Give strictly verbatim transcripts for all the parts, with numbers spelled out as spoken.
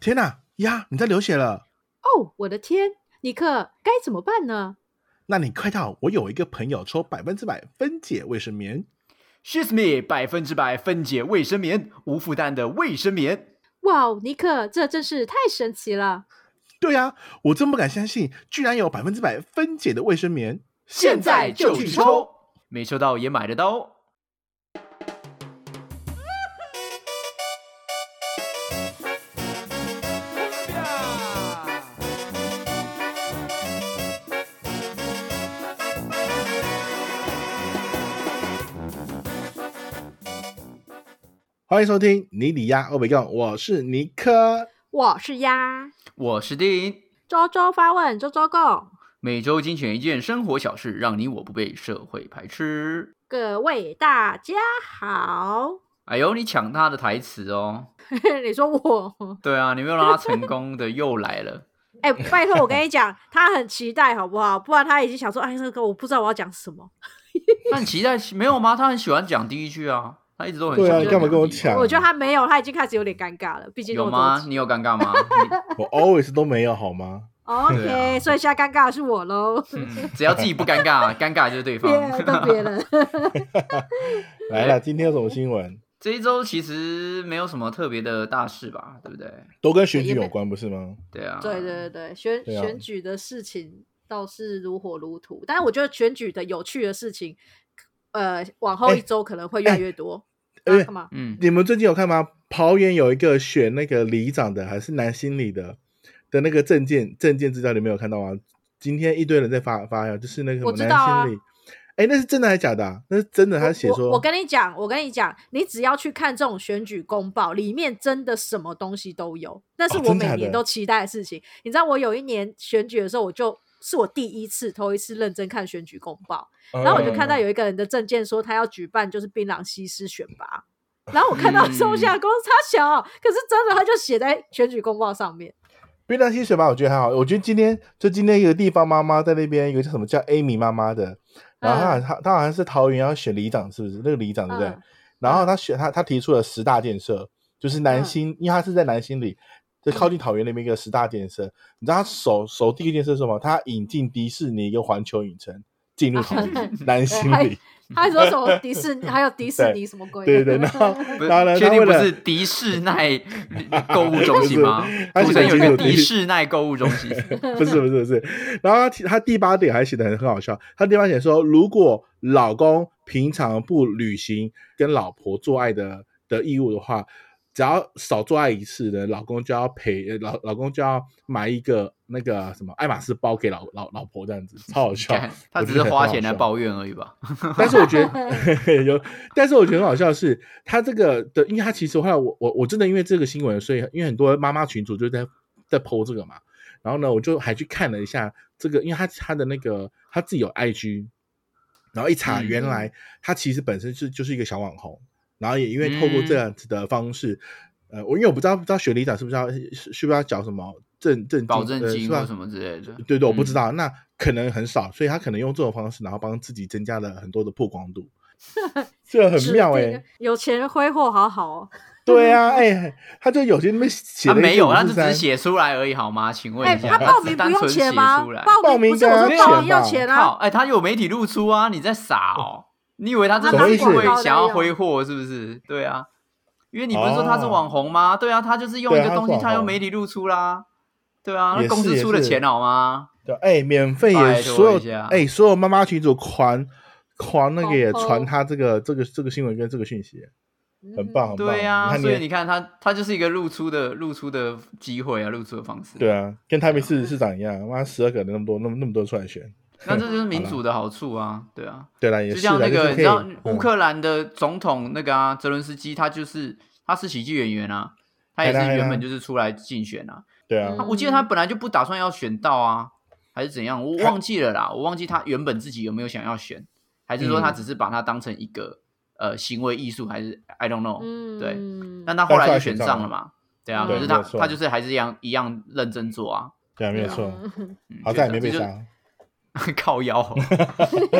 天哪，呀，你在流血了！ 哦，我的天，尼克，该怎么办呢？ 那你快到，我有一个朋友抽百分之百分解卫生棉。 She's me， 百分之百分解卫生棉，无负担的卫生棉。 哇哦，尼克，这真是太神奇了！ 对啊，我真不敢相信，居然有百分之百分解的卫生棉。 现在就去抽，没抽到也买得到哦。 欢迎收听尼里亚欧北共，我是尼克， 我是鸭， 我是丁。 周周发问，周周共， 每周精选一件生活小事，让你我不被社会排斥。 各位大家好。 哎呦，你抢他的台词哦！ 你说我？ 对啊，你没有让他成功的又来了。 哎、欸，拜托我跟你讲，他很期待，好不好？不然他已经想说，哎，这个我不知道我要讲什么。 他很期待，没有吗？他很喜欢讲第一句啊。他一直都很对啊，你干嘛跟我抢？ 我觉得他没有，他已经开始有点尴尬了。毕竟有吗？你有尴尬吗？ 我 always 都没有，好吗 ？OK，、啊、所以现在尴尬的是我喽、 嗯。只要自己不尴尬，尴尬就是对方。 别都别人。 来了，今天有什么新闻？ 这一周其实没有什么特别的大事吧，对不对？ 都跟选举有关，不是吗？ 对啊， 对对对，选对、啊、 选举的事情倒是如火如荼，但是我觉得选举的有趣的事情，呃，往后一周可能会越来越多。欸哎、 啊，干嘛？ 嗯，你们最近有看吗？桃园有一个选那个里长的，还是南新里的的那个证件证件资料，你没有看到吗？今天一堆人在发发呀，就是那个什么南新里，哎、啊，那是真的还是假的、啊？那是真的，他写说， 我, 我, 我跟你讲，我跟你讲，你只要去看这种选举公报，里面真的什么东西都有，那是我每年都期待的事情。哦、你知道，我有一年选举的时候，我就是我第一次头一次认真看选举公报。然后我就看到有一个人的政见说他要举办就是槟榔西施选拔，然后我看到的时候想公司差小，可是真的他就写在选举公报上面。 槟榔西施选拔我觉得还好，我觉得今天就今天一个地方妈妈在那边，一个叫什么叫 Amy 妈妈的，然后他、嗯、他, 他好像是桃园要选里长，是不是那个里长对不对？嗯、然后他选他他提出了十大建设，就是南新，嗯、因为他是在南新里。就靠近桃园那边一个十大建设，你知道他首首第一个建设是什么？他引进迪士尼跟环球影城进入南新里。 他还说什么迪士尼，还有迪士尼什么鬼？ 对对对，然后然后呢？ 确定不是迪士奈购物中心吗？他写有一个迪士奈购物中心， 不是不是不是。然后他他第八点还写得很很好笑，他第八点说，如果老公平常不履行跟老婆做爱的的义务的话。只要少做爱一次的，老公就要赔老老公就要买一个那个什么爱马仕包给老老老婆，这样子超好笑。 他只是花钱来抱怨而已吧。 但是我觉得有，但是我觉得很好笑的是，他这个的，因为他其实后来我我我真的因为这个新闻，所以因为很多妈妈群组就在在 po 这个嘛，然后呢，我就还去看了一下这个，因为他他的那个他自己有 I G， 然后一查，原来他其实本身是就是一个小网红。然后也因为透过这样子的方式，嗯、呃，我因为我不知道不知道选里长是不是要是不是要缴什么证证保证金或什么之类的， 对对，我不知道，嗯、那可能很少，所以他可能用这种方式，然后帮自己增加了很多的曝光度，这很妙哎、欸， 有钱人挥霍好好哦。 对啊，哎、欸，他就有些那边写他没有，他就只是写出来而已，好吗？请问一下， 欸、他报名不用钱吗？ 报名不是我说报名要钱啊！ 哎、欸，他有媒体露出啊，你在傻哦。你以为他真的是会想要挥霍是不是？对啊，因为你不是说他是网红吗？哦、对啊，他就是用一个东西，他用媒体露出啦。对啊，那公司出的钱好吗？ 对，哎、欸，免费也所有哎、欸，所有妈妈群组狂狂那个也传他这个这个这个新闻跟这个讯息，很棒很棒。 对啊，所以你看他他就是一个露出的露出的机会啊，露出的方式。 对啊，跟台北市市长一样，妈十二个人那么多那么那么多出来选。 那这就是民主的好处啊，对啊， 对啦，也是就像那个、 就是、 你知道乌克兰的总统那个啊，泽伦斯基，他就是他是喜剧演员啊，他也是原本就是出来竞选啊， 对啊， 我记得他本来就不打算要选到啊，还是怎样，我忘记了啦，我忘记他原本自己有没有想要选，还是说他只是把它当成一个、嗯、呃行为艺术，还是 I don't know，、嗯、对，但他后来就选上了嘛，对啊，可是他他就是还是一样一样认真做啊， 对啊，没有错，好在也没被杀。 靠腰、哦、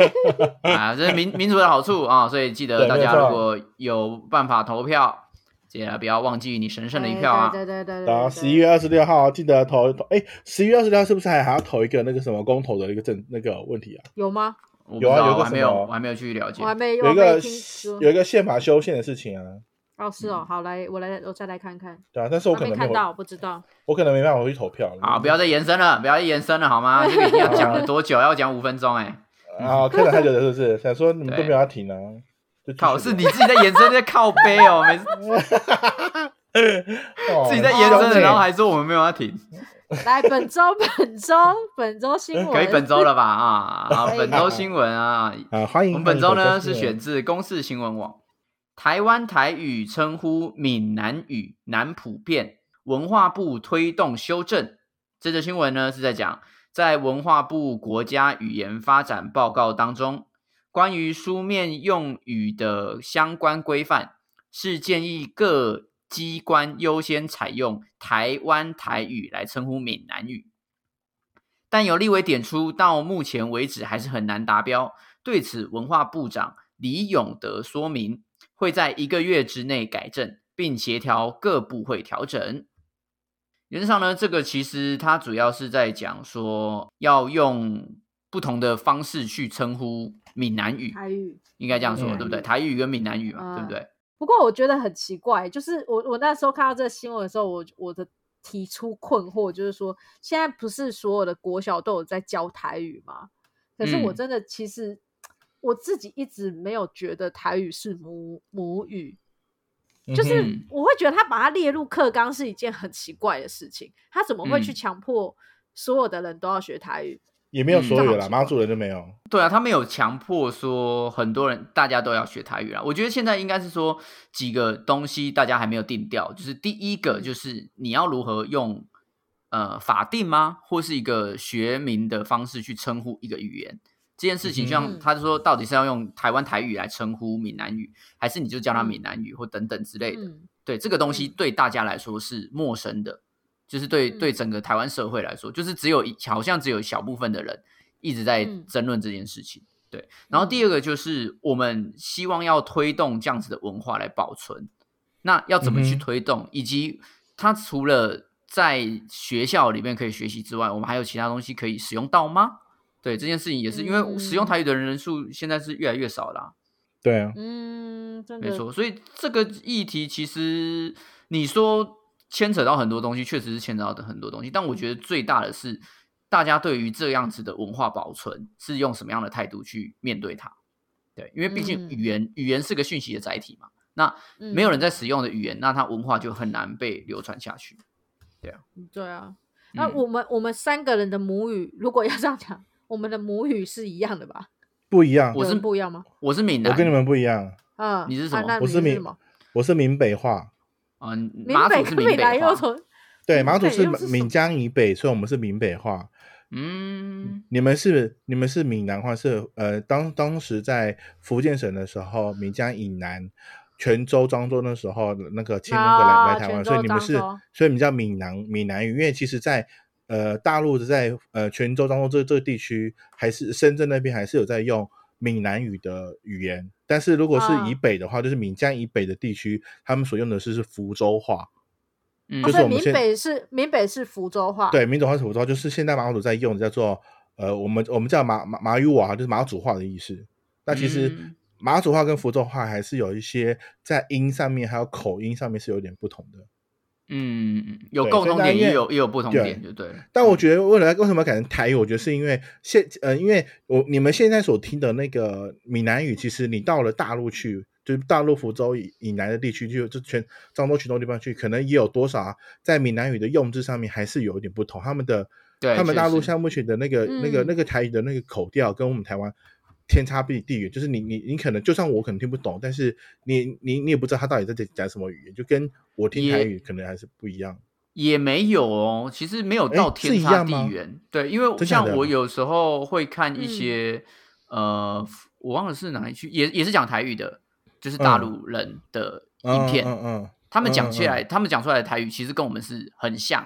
啊，这是民民主的好处啊，所以记得大家如果有办法投票， 记得不要忘记你神圣的一票啊！ 对对对对对，十一月二十六号记得投投。哎，十一月二十六号是不是还还要投一个那个什么公投的一个政那个问题啊？ 有吗？ 有啊，有我还没有，我还没有去了解。 我还没有一个有一个个宪法修宪的事情啊。 哦，是哦，好，来，我来，我再来看看。 对啊，但是我可能没看到，不知道。 我可能没办法回去投票。 好，不要再延伸了，不要再延伸了，好吗？这个已经要讲了多久？要讲五分钟哎。 啊，看了太久了，是不是？想说你们都没有要停啊？ 靠，是你自己在延伸，在靠背哦，没事。自己在延伸，然后还说我们没有要停。 来，本周本周本周新闻可以本周了吧？啊，好，本周新闻啊， 啊，欢迎。 我们本周呢是选自公视新闻网，台湾台语称呼闽南语难普遍，文化部推动修正。这则新闻呢是在讲，在文化部国家语言发展报告当中，关于书面用语的相关规范，是建议各机关优先采用台湾台语来称呼闽南语，但有立委点出，到目前为止还是很难达标。对此，文化部长李永德说明，会在一个月之内改正，并协调各部会调整。原则上呢，这个其实它主要是在讲说，要用不同的方式去称呼闽南语， 台语应该这样说，对不对？台语跟闽南语嘛，嗯、对不对？ 不过我觉得很奇怪，就是我我那时候看到这个新闻的时候，我我的提出困惑就是说，现在不是所有的国小都有在教台语吗？可是我真的其实、嗯、我自己一直没有觉得台语是母母语。就是我会觉得他把它列入课纲是一件很奇怪的事情，他怎么会去强迫所有的人都要学台语？ 也没有所有啦，马祖人就没有。 对啊，他没有强迫说很多人大家都要学台语啦。我觉得现在应该是说几个东西大家还没有定调，就是第一个就是你要如何用呃法定吗，或是一个学名的方式去称呼一个语言。这件事情像他就说到底是要用台湾台语来称呼闽南语，还是你就叫它闽南语或等等之类的、嗯、对，这个东西对大家来说是陌生的，就是对对整个台湾社会来说，就是只有好像只有小部分的人一直在争论这件事情。对，然后第二个就是我们希望要推动这样子的文化来保存，那要怎么去推动、嗯、以及它除了在学校里面可以学习之外，我们还有其他东西可以使用到吗？对，这件事情也是因为使用台语的人数现在是越来越少啦、啊。 对啊， 嗯，真的没错。所以这个议题其实你说牵扯到很多东西，确实是牵扯到很多东西。但我觉得最大的是，大家对于这样子的文化保存是用什么样的态度去面对它。对，因为毕竟语言、嗯、语言是个讯息的载体嘛。那没有人在使用的语言，那它文化就很难被流传下去。对啊， 对啊。那我们、嗯、我们三个人的母语，如果要这样讲。我们的母语是一样的吧？ 不一样， 我是不一样吗？ 我是闽南， 我跟你们不一样。 嗯， 你是什么？ 啊、 我是闽，我是闽北话。 啊，马祖是闽北话。 对，马祖是闽江以北，所以我们是闽北话。 嗯， 你们是你们是闽南话，是呃，当当时在福建省的时候，闽江以南。泉州、漳州那时候那个迁那个来、哦、来台湾，所以你们是，所以你们叫闽南闽南语，因为其实在。呃，大陆的在呃泉州、漳州这这个地区，还是深圳那边还是有在用闽南语的语言，但是如果是以北的话，啊、就是闽江以北的地区，他们所用的是是福州话， 嗯，就是我们闽北是闽北是福州话， 对，闽北话是福州话，就是现在马祖在用的叫做呃，我们我们叫马马马语瓦，就是马祖话的意思。那其实马祖话跟福州话还是有一些在音上面还有口音上面是有点不同的。 嗯，有共同点也有也有不同点，就对了。 但我觉得为了为什么改成台语，我觉得是因为现呃，因为我你们现在所听的那个闽南语，其实你到了大陆去，就是大陆福州以以南的地区，就就全漳州、泉州地方去，可能也有多少在闽南语的用字上面还是有一点不同。他们的他们大陆像目前的那个那个那个台语的那个口调，跟我们台湾天差地远，就是你你你可能就算我可能听不懂，但是你你你也不知道他到底在讲什么语言，就跟我听台语可能还是不一样。 也没有哦，其实没有到天差地远。对，因为像我有时候会看一些、嗯、呃，我忘了是哪一区，也也是讲台语的，就是大陆人的影片， 嗯嗯嗯嗯、 他们讲起来，嗯嗯、他们讲出来的台语其实跟我们是很像的。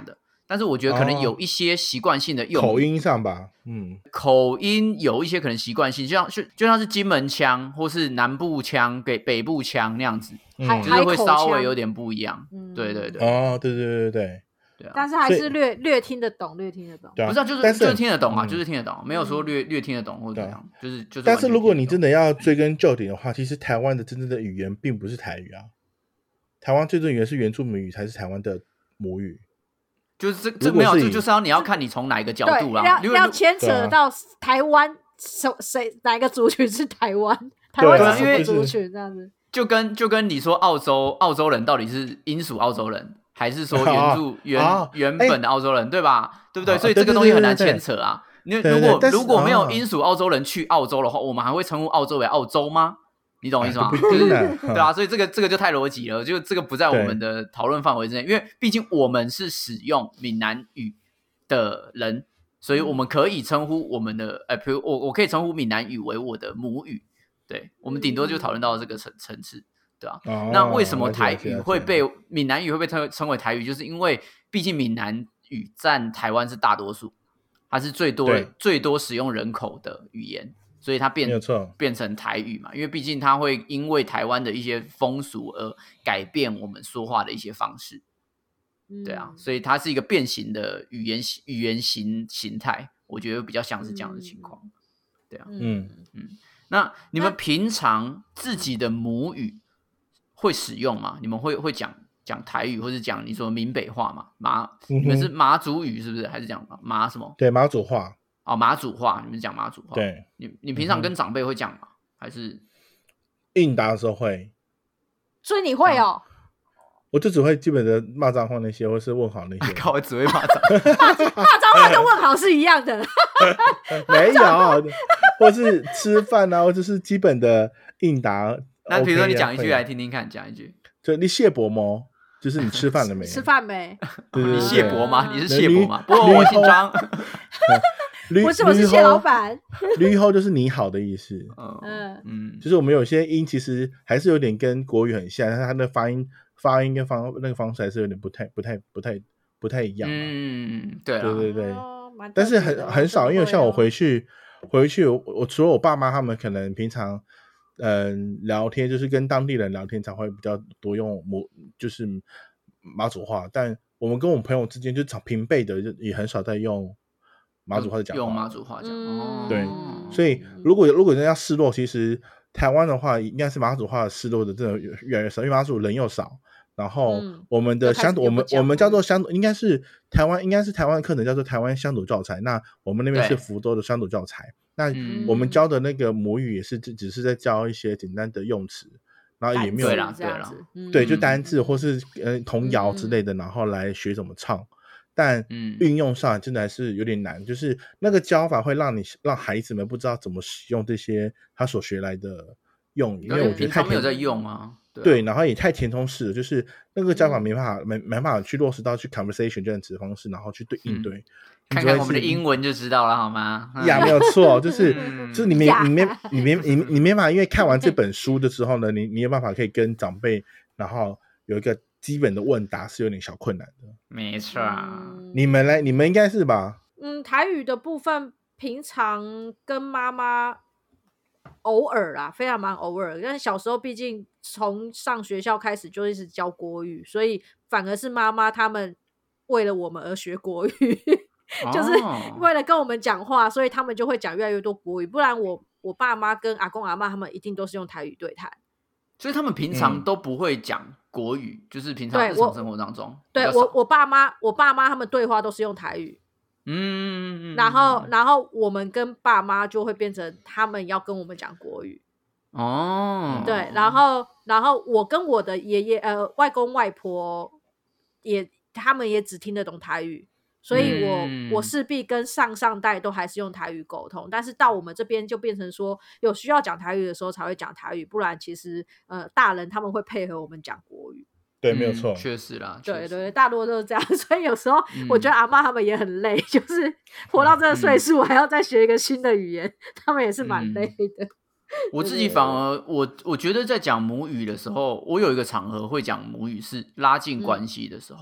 但是我觉得可能有一些习惯性的用语、 哦、口音上吧，嗯， 口音有一些可能习惯性，就像就就像是金门腔或是南部腔给北部腔那样子， 嗯、 就是会稍微有点不一样。嗯、对对对， 哦，对对对对对啊， 但是还是略略听得懂，略听得懂。 对啊、 不是、啊，就是就是听得懂啊，嗯、就是听得懂，没有说略略听得懂或者怎样，就是就是。 但是如果你真的要追根究底的话，其实台湾的真正的语言并不是台语啊，台湾最重语言是原住民语才是台湾的母语。 就是这这没有，这就是要你要看你从哪一个角度啦， 要要牵扯到台湾谁哪个族群是台湾，台湾是什么族群这样子。 就跟就跟你说澳洲澳洲人到底是英属澳洲人，还是说原住、啊、原、啊、原本的澳洲人，欸、对吧？对不对？啊、所以这个东西很难牵扯啊。你如果如果没有英属澳洲人去澳洲的话，我们还会称呼澳洲为澳洲吗？你懂我意思吗？就是对啊，所以这个这个就太逻辑了，就这个不在我们的讨论范围之内，因为毕竟我们是使用闽南语的人，所以我们可以称呼我们的，呃，比如我我可以称呼闽南语为我的母语，对，我们顶多就讨论到这个层层次，对啊、哦、那为什么台语会被闽南语会被称称为台语，就是因为毕竟闽南语占台湾是大多数，它是最多最多使用人口的语言。所以它变变成台语嘛，因为毕竟它会因为台湾的一些风俗而改变我们说话的一些方式，嗯、对啊，所以它是一个变形的语言语言形形态，我觉得比较像是这样的情况，嗯、对啊，嗯嗯。那你们平常自己的母语会使用吗？你们会会讲讲台语，或是讲你说闽北话嘛？马、嗯、你们是马祖语是不是？还是讲马什么？ 对，马祖话。 哦，马祖话，你们讲马祖话。 对， 你你平常跟长辈会讲吗？嗯、还是应答的时候会？ 所以你会哦？ 我就只会基本的骂脏话那些，或是问好那些。 靠，我只会骂脏骂骂脏话跟问好是一样的。 没有，或是吃饭啊，或者是基本的应答。 那比如说你讲一句来听听看，讲一句。 就你谢伯吗？就是你吃饭了没？ 吃饭没？ 对对对， 你谢伯吗？你是谢伯吗？不过我姓张。 不是，我是谢老板。 驴后就是你好的意思。 嗯嗯，就是我们有些音其实还是有点跟国语很像，但是它的发音发音跟方那个方式还是有点不太不太不太不太一样。 嗯，对对对对。 哦、 但是很很少，因为像我回去回去，我我除了我爸妈他们可能平常嗯、呃、聊天，就是跟当地人聊天才会比较多用母就是马祖话，但我们跟我们朋友之间就常平辈的也很少在用。马祖话讲话， 用马祖话讲，嗯、 对，所以如果如果人要示弱，其实台湾的话，应该是马祖话示弱的真的越来越少，因为马祖人又少，然后我们的乡土，我们我们叫做乡土，应该是台湾，应该是台湾的课程叫做台湾乡土教材，那我们那边是福州的乡土教材，那我们教的那个母语也是只只是在教一些简单的用词。然后也没有对啦对啦， 对，就单字或是呃童谣之类的，然后来学怎么唱。但运用上真的还是有点难，嗯、就是那个教法会让你让孩子们不知道怎么使用这些他所学来的用语，因为我觉得太没有在用啊，对, 啊对，然后也太填充式了，就是那个教法没办法、嗯、没没办法去落实到去 conversation 这样子的方式，然后去对应对。 嗯、看看我们的英文就知道了好吗？ 呀，没有错，就是就是你没你没你没你你没办法，因为看完这本书的时候呢，你你有办法可以跟长辈，然后有一个。基本的问答是有点小困难的， 没错、 嗯。 你们来，你们应该是吧？ 嗯，台语的部分，平常跟妈妈偶尔啦，非常蛮偶尔。但是小时候毕竟从上学校开始就一直教国语，所以反而是妈妈他们为了我们而学国语，就是为了跟我们讲话，所以他们就会讲越来越多国语。不然我我爸妈跟阿公阿嬷他们一定都是用台语对谈。 所以他们平常都不会讲国语、嗯、就是平常日常生活当中对我我爸妈我爸妈他们对话都是用台语， 嗯， 然后然后我们跟爸妈就会变成他们要跟我们讲国语哦， 对，然后然后我跟我的爷爷呃外公外婆也他们也只听得懂台语，所以我、嗯、我势必跟上上代都还是用台语沟通，但是到我们这边就变成说有需要讲台语的时候才会讲台语，不然其实呃大人他们会配合我们讲国语。 对，没有错， 确、嗯、实啦， 对对对，大多都是这样，所以有时候我觉得阿嬷他们也很累，嗯、就是活到这个岁数、嗯、还要再学一个新的语言，他们也是蛮累的。嗯、 我自己反而我我觉得在讲母语的时候，我有一个场合会讲母语是拉近关系的时候。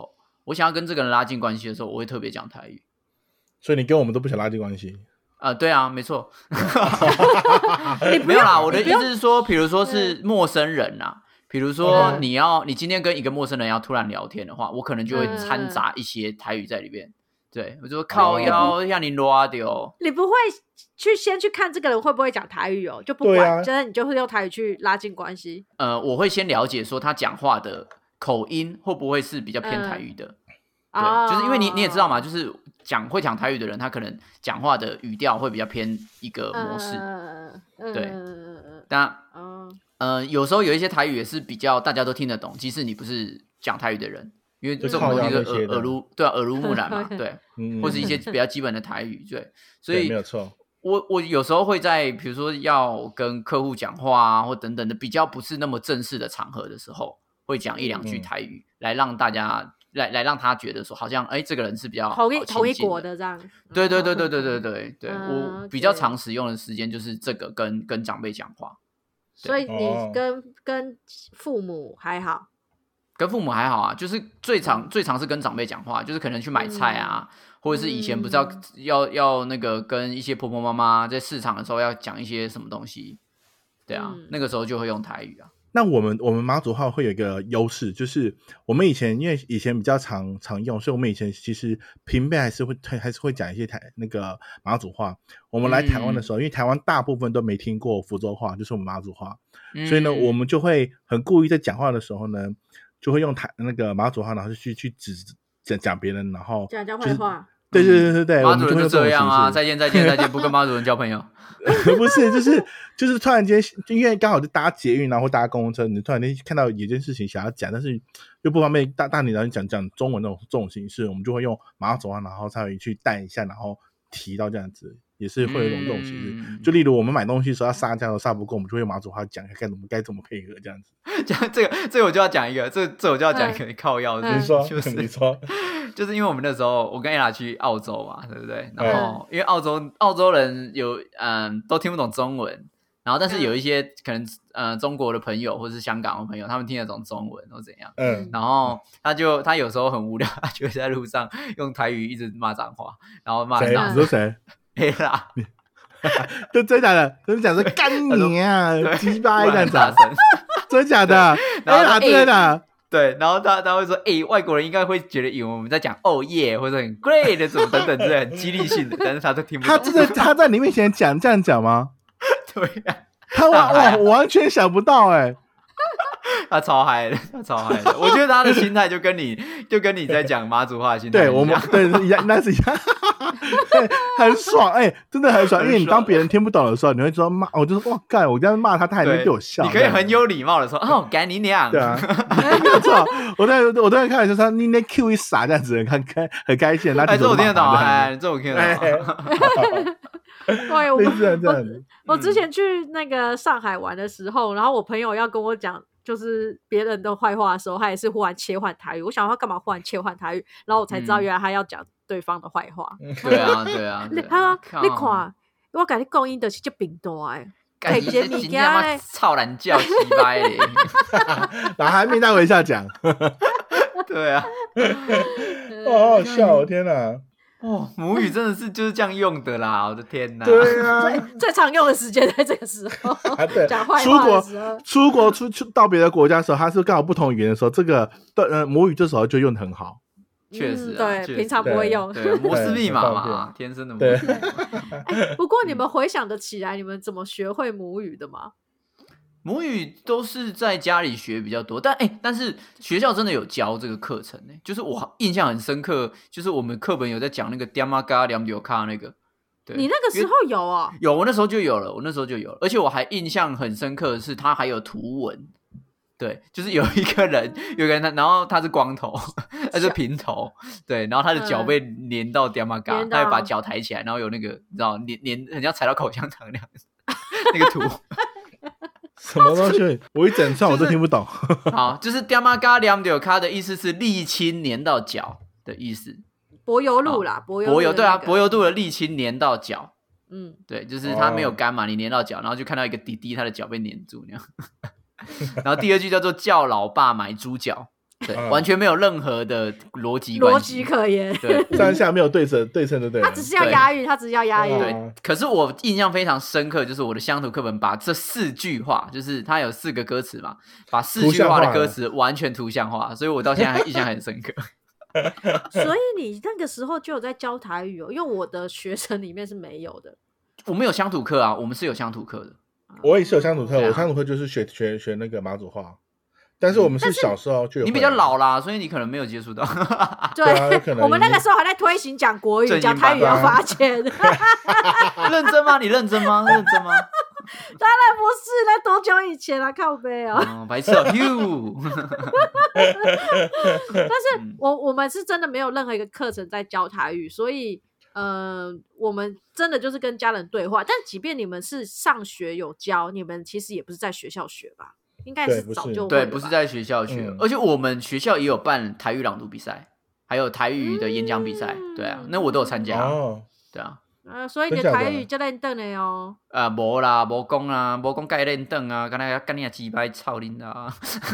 我想要跟这个人拉近关系的时候，我会特别讲台语。 所以你跟我们都不想拉近关系？ 啊、呃，对啊，没错。没有啦，我的意思是说，比如说是陌生人啊，比如说你要你今天跟一个陌生人要突然聊天的话，我可能就会掺杂一些台语在里面。对，我就说靠腰让你拉掉。 你不会去先去看这个人会不会讲台语哦，就不管，真的、啊、你就会用台语去拉近关系。 呃，我会先了解说他讲话的口音会不会是比较偏台语的。嗯、对、哦，就是因为你你也知道嘛，就是讲会讲台语的人，他可能讲话的语调会比较偏一个模式。嗯、对，但、嗯、呃有时候有一些台语也是比较大家都听得懂，即使你不是讲台语的人。因为这种东西就耳耳濡对啊耳濡目染嘛，对，或是一些比较基本的台语，对，所以没有错。 我我有时候会在比如说要跟客户讲话啊，或等等的比较不是那么正式的场合的时候，会讲一两句台语，嗯、来让大家来来让他觉得说好像哎这个人是比较同一同一国的这样。 对对对对对对对对，嗯、我比较常使用的时间就是这个跟跟长辈讲话。 所以你跟、哦、跟父母还好？ 跟父母还好啊，就是最常最常是跟长辈讲话，就是可能去买菜啊，嗯、或者是以前不是要、嗯、要要那个跟一些婆婆妈妈在市场的时候要讲一些什么东西，对啊，嗯、那个时候就会用台语啊。 那我们我们马祖话会有一个优势，就是我们以前因为以前比较常常用，所以我们以前其实平辈还是会还是会讲一些台那个马祖话。我们来台湾的时候，嗯、因为台湾大部分都没听过福州话，就是我们马祖话，嗯、所以呢，我们就会很故意在讲话的时候呢。就会用台那个马祖话，然后去去指讲讲别人，然后讲讲坏话。 对对对对对， 马祖人就这样啊！再见再见再见，不跟马祖人交朋友。 不是，就是就是突然间，因为刚好就搭捷运，然后搭公车，你突然间看到有件事情想要讲，但是又不方便大大你然后讲讲中文那种这种形式，我们就会用马祖话，然后稍微去带一下，然后提到这样子。也是会有一种这种形式，嗯、就例如我们买东西的时候要杀价都杀不够，我们就会用马祖话讲该怎么该怎么配合这样子。 讲这个这个我就要讲一个，这这我就要讲一个靠腰的， 你说， 就是你说， 就是因为我们那时候我跟 Ella 去澳洲嘛，对不对？然后、嗯、因为澳洲澳洲人有嗯都听不懂中文，然后但是有一些可能呃中国的朋友或是香港的朋友，他们听得懂中文或怎样，嗯，然后他就他有时候很无聊，他就会在路上用台语一直骂脏话，然后骂谁？你说谁 ？Ella。 就真假的，真的讲说干你啊，鸡巴这样子，真假的， 然后真的， 对，然后他他会说，哎、欸，外国人应该会觉得以为我们在讲哦耶，或者很 great 的什么等等之类很激励性的，但是他都听不懂。 他真的他在你面前讲这样讲吗？ 对呀、啊， 他哇，我完全想不到哎、欸。 他超嗨的，他超嗨的。我觉得他的心态就跟你就跟你在讲马祖话的心态一样， 对我们对一样，那是一样，对，很爽哎、欸，真的很爽。因为你当别人听不懂的时候，你会说骂，我就说哇干，我这样骂他，他还能对我笑。 你可以很有礼貌的说哦，干你娘。 对啊，没有错。我在我在看就说你那 Q 一傻这样子，很开很开心。 哎，这我听得懂哎，这我听得懂。 对，我我我之前去那个上海玩的时候，然后我朋友要跟我讲。就是别人的坏话的时候，他也是忽然切换台语。我想他干嘛忽然切换台语，然后我才知道原来他要讲对方的坏话。 嗯、对啊，对啊。 你他你看，我跟你讲，因就是这病大诶，摕一个物件咧， 操懒觉鸡掰咧， 然后还面带微笑讲。 对啊， 哦，好好笑哦！天哪。 哦，母语真的是就是这样用的啦！我的天哪， 对啊， 最最常用的时间在这个时候，啊、对，讲坏话的时候，出国出出到别的国家的时候，他是刚好不同语言的时候，这个呃母语这时候就用得很好。 确实、啊嗯，对，平常不会用， 对，摩斯密码嘛，天生的母语。 欸、不过你们回想得起来，你们怎么学会母语的吗？ 母语都是在家里学比较多，但哎、欸，但是学校真的有教这个课程呢、欸，就是我印象很深刻，就是我们课本有在讲那个 Diamaga 两九卡那个，对， 你那个时候有啊、哦？ 有，我那时候就有了，我那时候就有了，而且我还印象很深刻的是，他还有图文，对，就是有一个人，有个人他，然后他是光头，他是平头，对，然后他的脚被粘到 Diamaga，、嗯、他会把脚抬起来，然后有那个你知道粘粘，很像踩到口香糖那样那个图。 什么东西？我一整串我都听不懂。 就是、好，就是 Diamaga 两九卡的意思是沥青粘到脚的意思。 柏油路啦，柏油、那個、 柏油对啊，柏油路的沥青粘到脚。 嗯， 对，就是它没有干嘛，你粘到脚，然后就看到一个弟弟，他的脚被粘住那样。然后第二句叫做叫老爸买猪脚， 对，嗯、完全没有任何的逻辑逻辑可言。 对， 上下没有对称对称的对。 他只是要押韵，他只是要押韵。 对，可是我印象非常深刻，就是我的乡土课本把这四句话，就是它有四个歌词嘛，把四句话的歌词完全图像化，所以我到现在印象很深刻。 所以你那个时候就有在教台语哦，因为我的学生里面是没有的。 我们有乡土课啊，我们是有乡土课的。 我也是有乡土课，我乡土课就是学学学那个马祖话，但是我们是小时候就有。 你比较老啦，所以你可能没有接触到。 对，啊、我们那个时候还在推行讲国语，讲台语要罚钱。 认真吗？你认真吗？认真吗？ 当然不是，那多久以前啊，靠北啊！ 哦，白痴啊！ 但是我我们是真的没有任何一个课程在教台语，所以呃，我们真的就是跟家人对话。但即便你们是上学有教，你们其实也不是在学校学吧？应该是早就会对，不是在学校学、嗯，而且我们学校也有办台语朗读比赛，还有台语的演讲比赛、嗯。对啊，那我都有参加。哦，对啊。 呃，所以你的台语就练邓的哦。 啊，无啦，无讲啊，无讲该练邓啊，刚才干你啊鸡掰操你啊！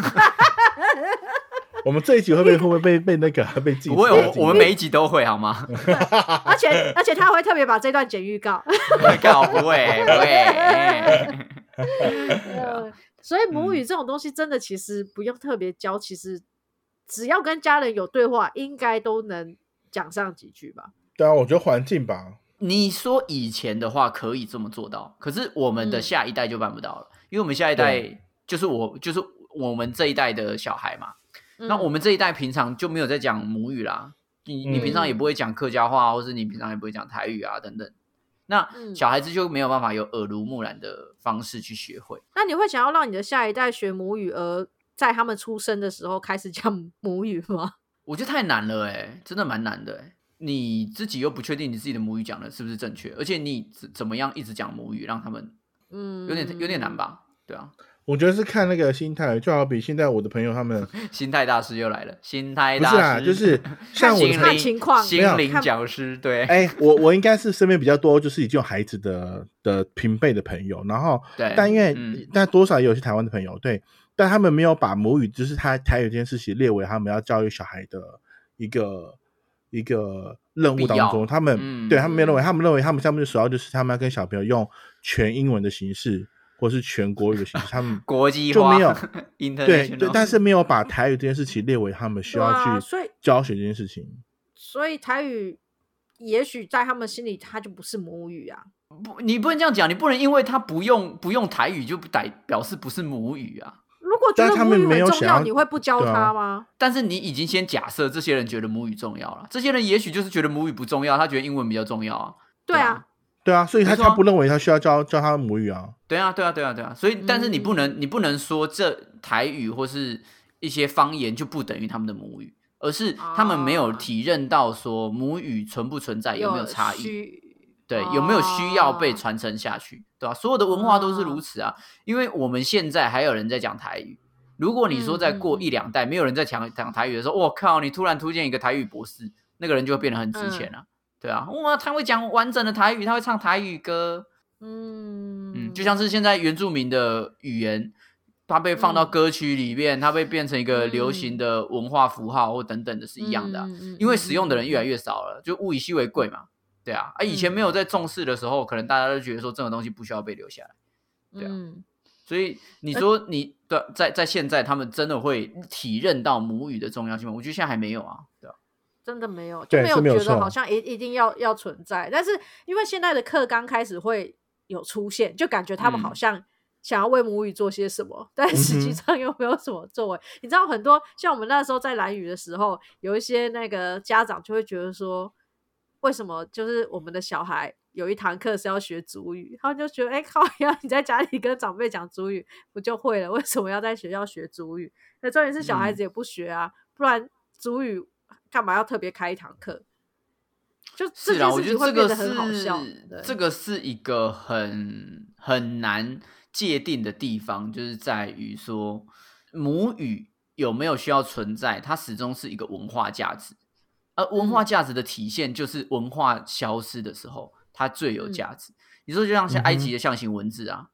我们这一集会不会会不会被被那个被禁？ 不会，我我们每一集都会好吗？ 而且而且他会特别把这段剪预告。 告不会不会。 呃，所以母语这种东西真的其实不用特别教，其实只要跟家人有对话，应该都能讲上几句吧。 对啊，我觉得环境吧。 你说以前的话可以这么做到，可是我们的下一代就办不到了，嗯、因为我们下一代就是我就是我们这一代的小孩嘛。嗯、那我们这一代平常就没有在讲母语啦，你、嗯、你平常也不会讲客家话，或是你平常也不会讲台语啊等等。那小孩子就没有办法有耳濡目染的方式去学会。 那你会想要让你的下一代学母语，而在他们出生的时候开始讲母语吗？ 我觉得太难了哎、欸，真的蛮难的哎、欸。你自己又不确定你自己的母语讲的是不是正确，而且你怎么样一直讲母语，让他们，嗯，有点有点难吧？对啊， 我觉得是看那个心态，就好比现在我的朋友他们， 心态大师又来了，心态大师不是啦，就是像我看情况， 心灵讲师，对， 哎、欸，我我应该是身边比较多，就是已经有孩子的的平辈的朋友，然后，对，但因为、嗯、但多少也有些台湾的朋友，对，但他们没有把母语，就是他台语这件事情列为他们要教育小孩的一个。一个任务当中，他们、嗯、对他们没认为，他们认为他们下面主要就是他们要跟小朋友用全英文的形式，或是全国语的形式，他们国际就没有对对，但是没有把台语这件事情列为他们需要去教学这件事情。 啊、所, 以所以台语也许在他们心里，它就不是母语啊。 不，你不能这样讲，你不能因为他不用不用台语就代表示不是母语啊。 如果觉得母语很重要，你会不教他吗、 啊？但是你已经先假设这些人觉得母语重要了，这些人也许就是觉得母语不重要，他觉得英文比较重要啊。 对啊， 对啊，所以他他不认为他需要教教他母语啊。 对啊，对啊，对啊，对啊。所以，但是你不能、嗯、你不能说这台语或是一些方言就不等于他们的母语，而是他们没有体认到说母语存不存在，有没有差异。对，有没有需要被传承下去，对吧、啊？所有的文化都是如此啊，因为我们现在还有人在讲台语。如果你说再过一两代，没有人在讲讲台语的时候，我靠，你突然出现一个台语博士，那个人就会变得很值钱了、啊，对啊，哇，他会讲完整的台语，他会唱台语歌，嗯嗯，就像是现在原住民的语言，它被放到歌曲里面，它被变成一个流行的文化符号或等等的是一样的、啊，因为使用的人越来越少了，就物以稀为贵嘛。对啊，啊，以前没有在重视的时候，可能大家都觉得说这种东西不需要被留下来，对啊，嗯、所以你说你对在在现在他们真的会体认到母语的重要性吗？我觉得现在还没有啊，对啊， 真的没有，就没有觉得好像一一定要要存在，但是因为现在的课刚开始会有出现，就感觉他们好像想要为母语做些什么，嗯、但实际上又没有什么作为。你知道很多像我们那时候在兰语的时候，有一些那个家长就会觉得说。为什么就是我们的小孩有一堂课是要学族语，他们就觉得哎，靠呀，你在家里跟长辈讲族语不就会了，为什么要在学校学族语？那重点是小孩子也不学啊、嗯、不然族语干嘛要特别开一堂课？就这件事情会变得很好笑。 这个是一个很很难界定的地方，就是在于说母语有没有需要存在，它始终是一个文化价值。而文化价值的体现就是文化消失的时候它最有价值、嗯、你说就像是埃及的象形文字啊、嗯、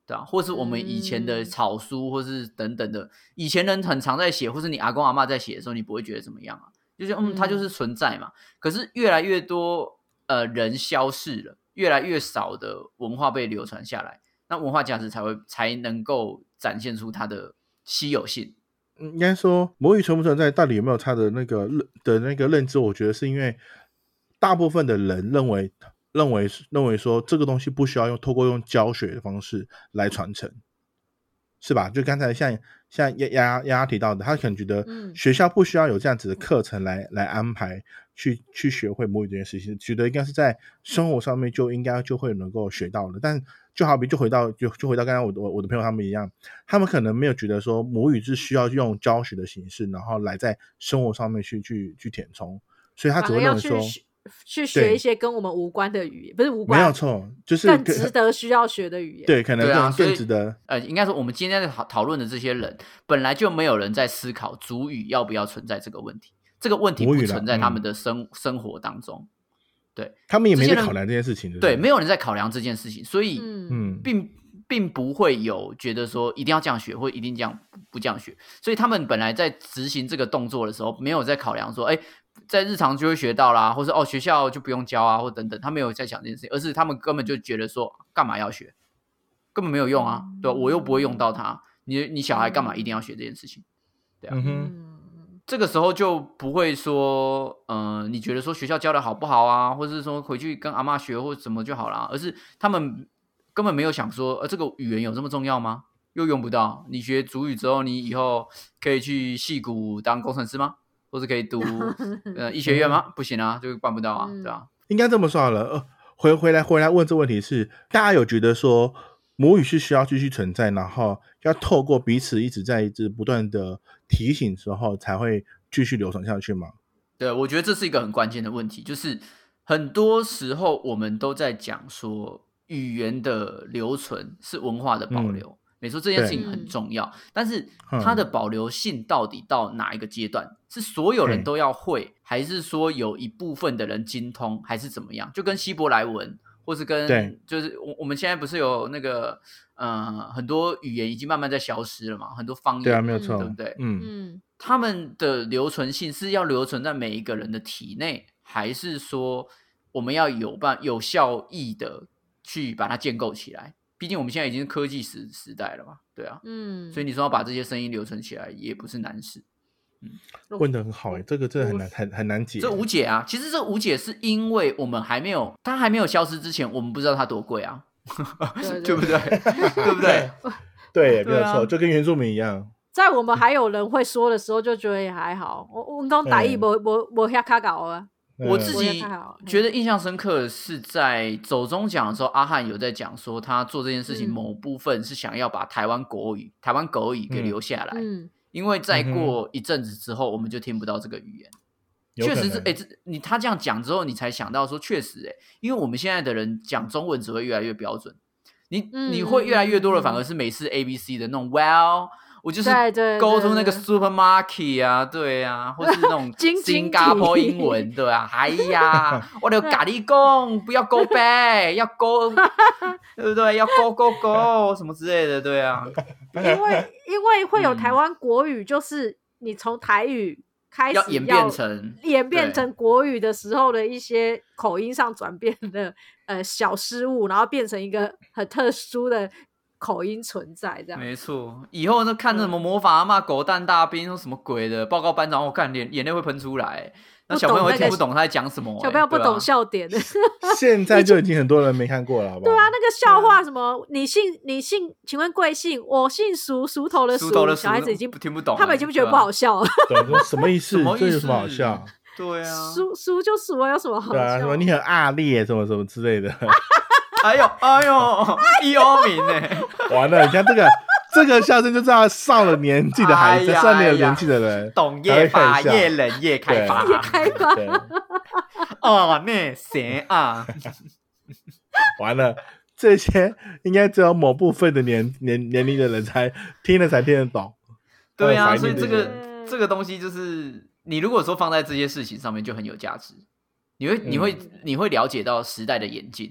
对啊，或是我们以前的草书，或是等等的，以前人很常在写，或是你阿公阿嬷在写的时候，你不会觉得怎么样啊，就是嗯，它就是存在嘛。可是越来越多呃人消逝了，越来越少的文化被流传下来，那文化价值才会才能够展现出它的稀有性。 应该说母语存不存在，到底有没有它的那个的那个认知？我觉得是因为大部分的人认为认为认为说这个东西不需要用透过用教学的方式来传承，是吧？就刚才像像丫丫丫提到的，他可能觉得学校不需要有这样子的课程来来安排去去学会母语这件事情，觉得应该是在生活上面就应该就会能够学到的。但就好比就回到就就回到刚刚我的我的朋友他们一样，他们可能没有觉得说母语是需要用教学的形式，然后来在生活上面去去去填充，所以他只会认为说去学一些跟我们无关的语言，不是无关， 没有错，就是更值得需要学的语言。 对，可能更更值得。 呃，应该说我们今天在讨论的这些人，本来就没有人在思考族语要不要存在这个问题，这个问题不存在他们的生、嗯、生活当中。对， 他们也没在考量这件事情。 对，没有人在考量这件事情，所以嗯，并并不会有觉得说一定要这样学，或一定这样不这样学。所以他们本来在执行这个动作的时候，没有在考量说，哎，在日常就会学到啦，或是哦学校就不用教啊，或等等，他没有在想这件事情，而是他们根本就觉得说，干嘛要学？根本没有用啊，对吧？我又不会用到它，你你小孩干嘛一定要学这件事情？对啊。嗯哼。这个时候就不会说，呃，你觉得说学校教的好不好啊，或者是说回去跟阿嬷学或什么就好啦，而是他们根本没有想说，呃，这个语言有这么重要吗？又用不到。你学族语之后，你以后可以去矽谷当工程师吗？或是可以读呃医学院吗？不行啊，就办不到啊，对吧？ 应该这么说好了，呃，回回来回来问这问题是，大家有觉得说母语是需要继续存在，然后要透过彼此一直在一直不断的提醒之后才会继续流传下去吗？ 对，我觉得这是一个很关键的问题，就是很多时候我们都在讲说语言的留存是文化的保留，嗯，没错，这件事情很重要，但是它的保留性到底到哪一个阶段？是所有人都要会，还是说有一部分的人精通，还是怎么样？就跟希伯来文，或是跟就是我我们现在不是有那个呃很多语言已经慢慢在消失了嘛，很多方言， 对啊，没有错， 对不对？ 嗯嗯， 他们的留存性是要留存在每一个人的体内，还是说我们要有办有效益的去把它建构起来？毕竟我们现在已经是科技时时代了嘛，对啊，嗯，所以你说要把这些声音留存起来，也不是难事。 嗯，问得很好哎，欸，这个真的很难很很难解。 这无解啊！其实这无解是因为我们还没有，它还没有消失之前，我们不知道它多贵啊，对, 对不对？对不对？ 对，没有错，就跟原住民一样。 在我们还有人会说的时候，就觉得也还好。我我讲台语没没没遐卡搞啊。 我自己觉得印象深刻的是在走中奖的时候，阿汉有在讲说，他做这件事情某部分是想要把台湾国语、台湾狗语给留下来。嗯，因为再过一阵子之后，我们就听不到这个语言。确实是，哎、欸，你他这样讲之后，你才想到说，确实，哎，因为我们现在的人讲中文只会越来越标准，你、嗯、你会越来越多的，反而是美式 A B C 的那种 well。我就是 go to 那个 supermarket 啊，对啊，或是那种新加坡英文，对啊，哎呀，我就跟你讲，不要 go back， 要 go， 对不对？要 go go go 什么之类的，对啊。 因为因为会有台湾国语，就是你从台语开始要演变成演变成国语的时候的一些口音上转变的呃小失误，然后变成一个很特殊的口音存在，这样没错。以后就看那什么魔法阿嬷、狗蛋大兵说什么鬼的，报告班长，我看眼眼泪会喷出来，那小朋友会听不懂他在讲什么、欸， 小朋友不懂笑点的。 现在就已经很多人没看过了，好不好？ 对啊，那个笑话什么，你姓你姓，请问贵姓？我姓苏，苏头的苏，小孩子已经听不懂， 他们已经觉得不好笑了。 对，什么意思？什么意思？这有什么好笑？ 对啊， 苏苏就苏啊，有什么好笑？ 对啊，什么你很阿烈，什么什么之类的。 哎呦哎呦，一欧名呢？ 完了，你看这个这个笑声就知道上了年纪的孩子，上了年纪的人， 懂越发越冷越开发， 越开发。 哦，那谁啊？ 完了，这些应该只有某部分的年年年龄的人才听了才听得懂。 对啊，所以这个这个东西就是你如果说放在这些事情上面就很有价值，你会你会、嗯、你会了解到时代的演进。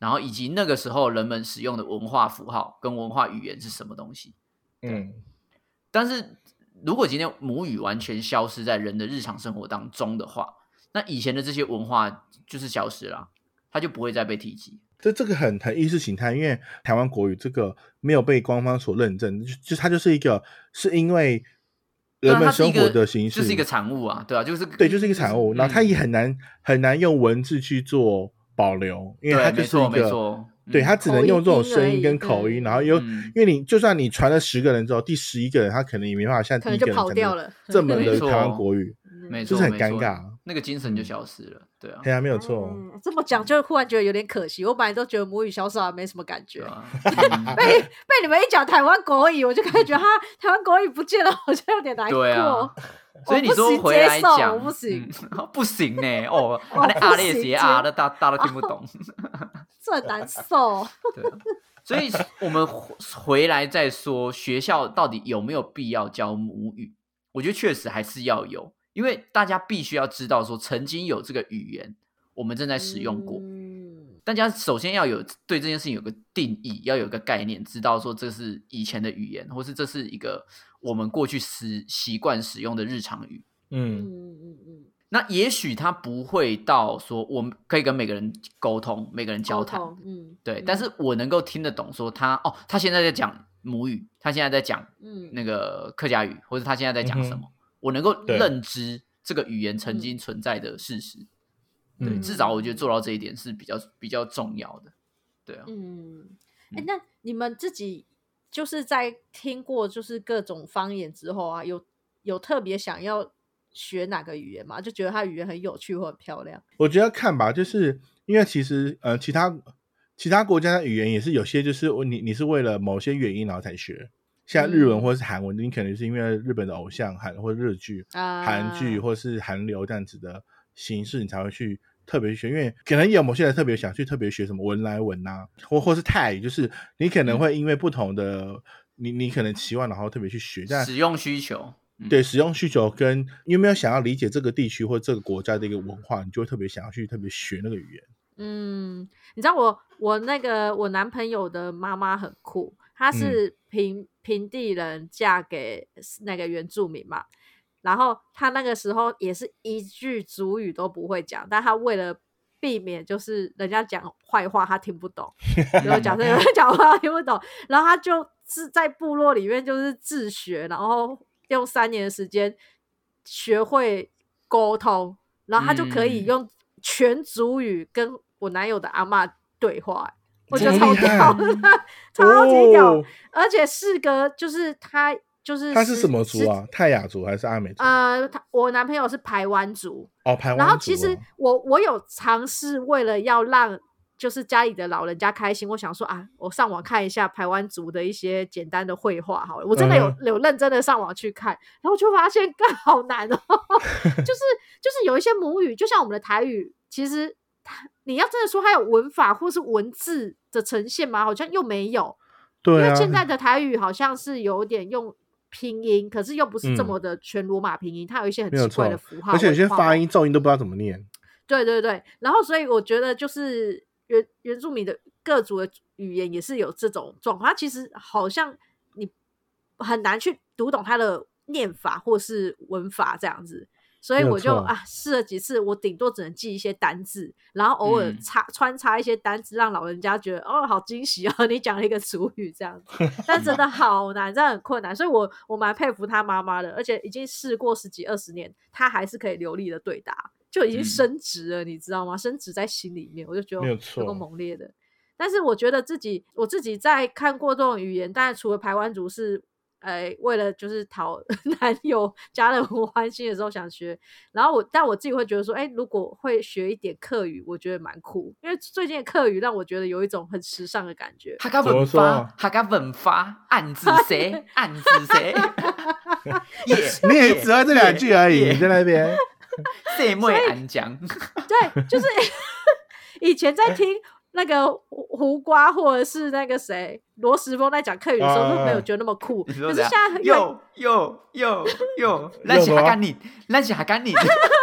然后以及那个时候人们使用的文化符号跟文化语言是什么东西。嗯，但是如果今天母语完全消失在人的日常生活当中的话，那以前的这些文化就是消失了，它就不会再被提及。 这这个很很意识形态，因为台湾国语这个没有被官方所认证，就就它就是一个是因为人们生活的形式， 就是一个产物啊，对啊，就是对，就是一个产物，嗯、然后它也很难很难用文字去做保留，因为它就是一个。对，他只能用这种声音跟口音，然后又、嗯、因为你就算你传了十个人之后，第十一个人他可能也没办法像第一个人跑掉了这么的台湾国语， 没错， 就是很尴尬， 那个精神就消失了。对啊， 对啊，没有错。 嗯、这么讲就忽然觉得有点可惜，我本来都觉得母语消失了没什么感觉，啊、被被你们一讲台湾国语，我就开始觉得哈，台湾国语不见了，好像有点难过。 对啊。所以你说回来讲， 我不行， 嗯、不行呢、欸，哦，那阿列杰啊，那大大家都听不懂， 这很难受。 对，所以我们回来再说，学校到底有没有必要教母语？我觉得确实还是要有，因为大家必须要知道说，曾经有这个语言，我们正在使用过。嗯、大家首先要有对这件事情有个定义，要有个概念，知道说这是以前的语言，或是这是一个。我们过去习习惯使用的日常语，嗯嗯嗯，那也许他不会到说我们可以跟每个人沟通，每个人交谈，嗯，对，嗯、但是我能够听得懂说他哦，他现在在讲母语，他现在在讲那个客家语，或者他现在在讲什么，嗯、我能够认知这个语言曾经存在的事实，嗯、对，至少我觉得做到这一点是比较比较重要的，对啊， 嗯，哎、欸，那你们自己。就是在听过就是各种方言之后啊，有有特别想要学哪个语言吗？就觉得它语言很有趣或很漂亮。 我觉得要看吧，就是因为其实呃其他其他国家的语言也是有些就是你你是为了某些原因然后才学，像日文或是韩文，嗯、你可能是因为日本的偶像韩或日剧、啊、韩剧或是韩流这样子的形式，你才会去。特别学，因为可能有某些人特别想去特别学什么文来文啊，或或是泰语，就是你可能会因为不同的、嗯、你你可能期望然后特别去学，但使用需求， 嗯、对使用需求跟你有没有想要理解这个地区或这个国家的一个文化，你就会特别想要去特别学那个语言。 嗯，你知道我我那个我男朋友的妈妈很酷，她是平、嗯、平地人嫁给那个原住民嘛。然后他那个时候也是一句族语都不会讲，但他为了避免就是人家讲坏话他听不懂，然后假设有人讲坏话听不懂，然后他就是在部落里面就是自学，然后用三年的时间学会沟通，然后他就可以用全族语跟我男友的阿嬷对话，我觉得超屌的，超级屌，哦、而且事隔就是他。就是他是什么族啊？泰雅族还是阿美族？ 呃，我男朋友是排湾族哦，排湾族。 然后其实我我有尝试，为了要让就是家里的老人家开心，我想说啊，我上网看一下排湾族的一些简单的绘画好了。我真的有、嗯、有认真的上网去看，然后就发现干好难哦，就是就是有一些母语，就像我们的台语，其实它你要真的说它有文法或是文字的呈现吗？好像又没有。 对、啊， 因为现在的台语好像是有点用。拼音，可是又不是这么的全罗马拼音，嗯、它有一些很奇怪的符号， 而且有些发音、噪音都不知道怎么念。 对对对，然后所以我觉得就是原原住民的各族的语言也是有这种状况，它其实好像你很难去读懂它的念法或是文法这样子。所以我就啊试了几次，我顶多只能记一些单字，然后偶尔插、嗯、穿插一些单字，让老人家觉得哦好惊喜哦，你讲了一个族语这样子，但真的好难，真的很困难。所以我我蛮佩服他妈妈的，而且已经试过十几二十年，他还是可以流利的对答，就已经升值了，嗯、你知道吗？升值在心里面，我就觉得有够猛烈的。但是我觉得自己我自己在看过这种语言，当然除了排湾族是。呃，为了就是讨男友家人欢心的时候想学，然后我但我自己会觉得说，哎，如果会学一点客语，我觉得蛮酷，因为最近的客语让我觉得有一种很时尚的感觉。 他讲文法，他讲文法，暗字谁，暗字谁， 你也只会这两句而已，你在那边。 谁妹安讲？ 对，就是以前在听。那个胡瓜或者是那个谁罗时丰在讲客语的时候都没有觉得那么酷，可是现在有有有有，咱是哈干你，咱是哈干你，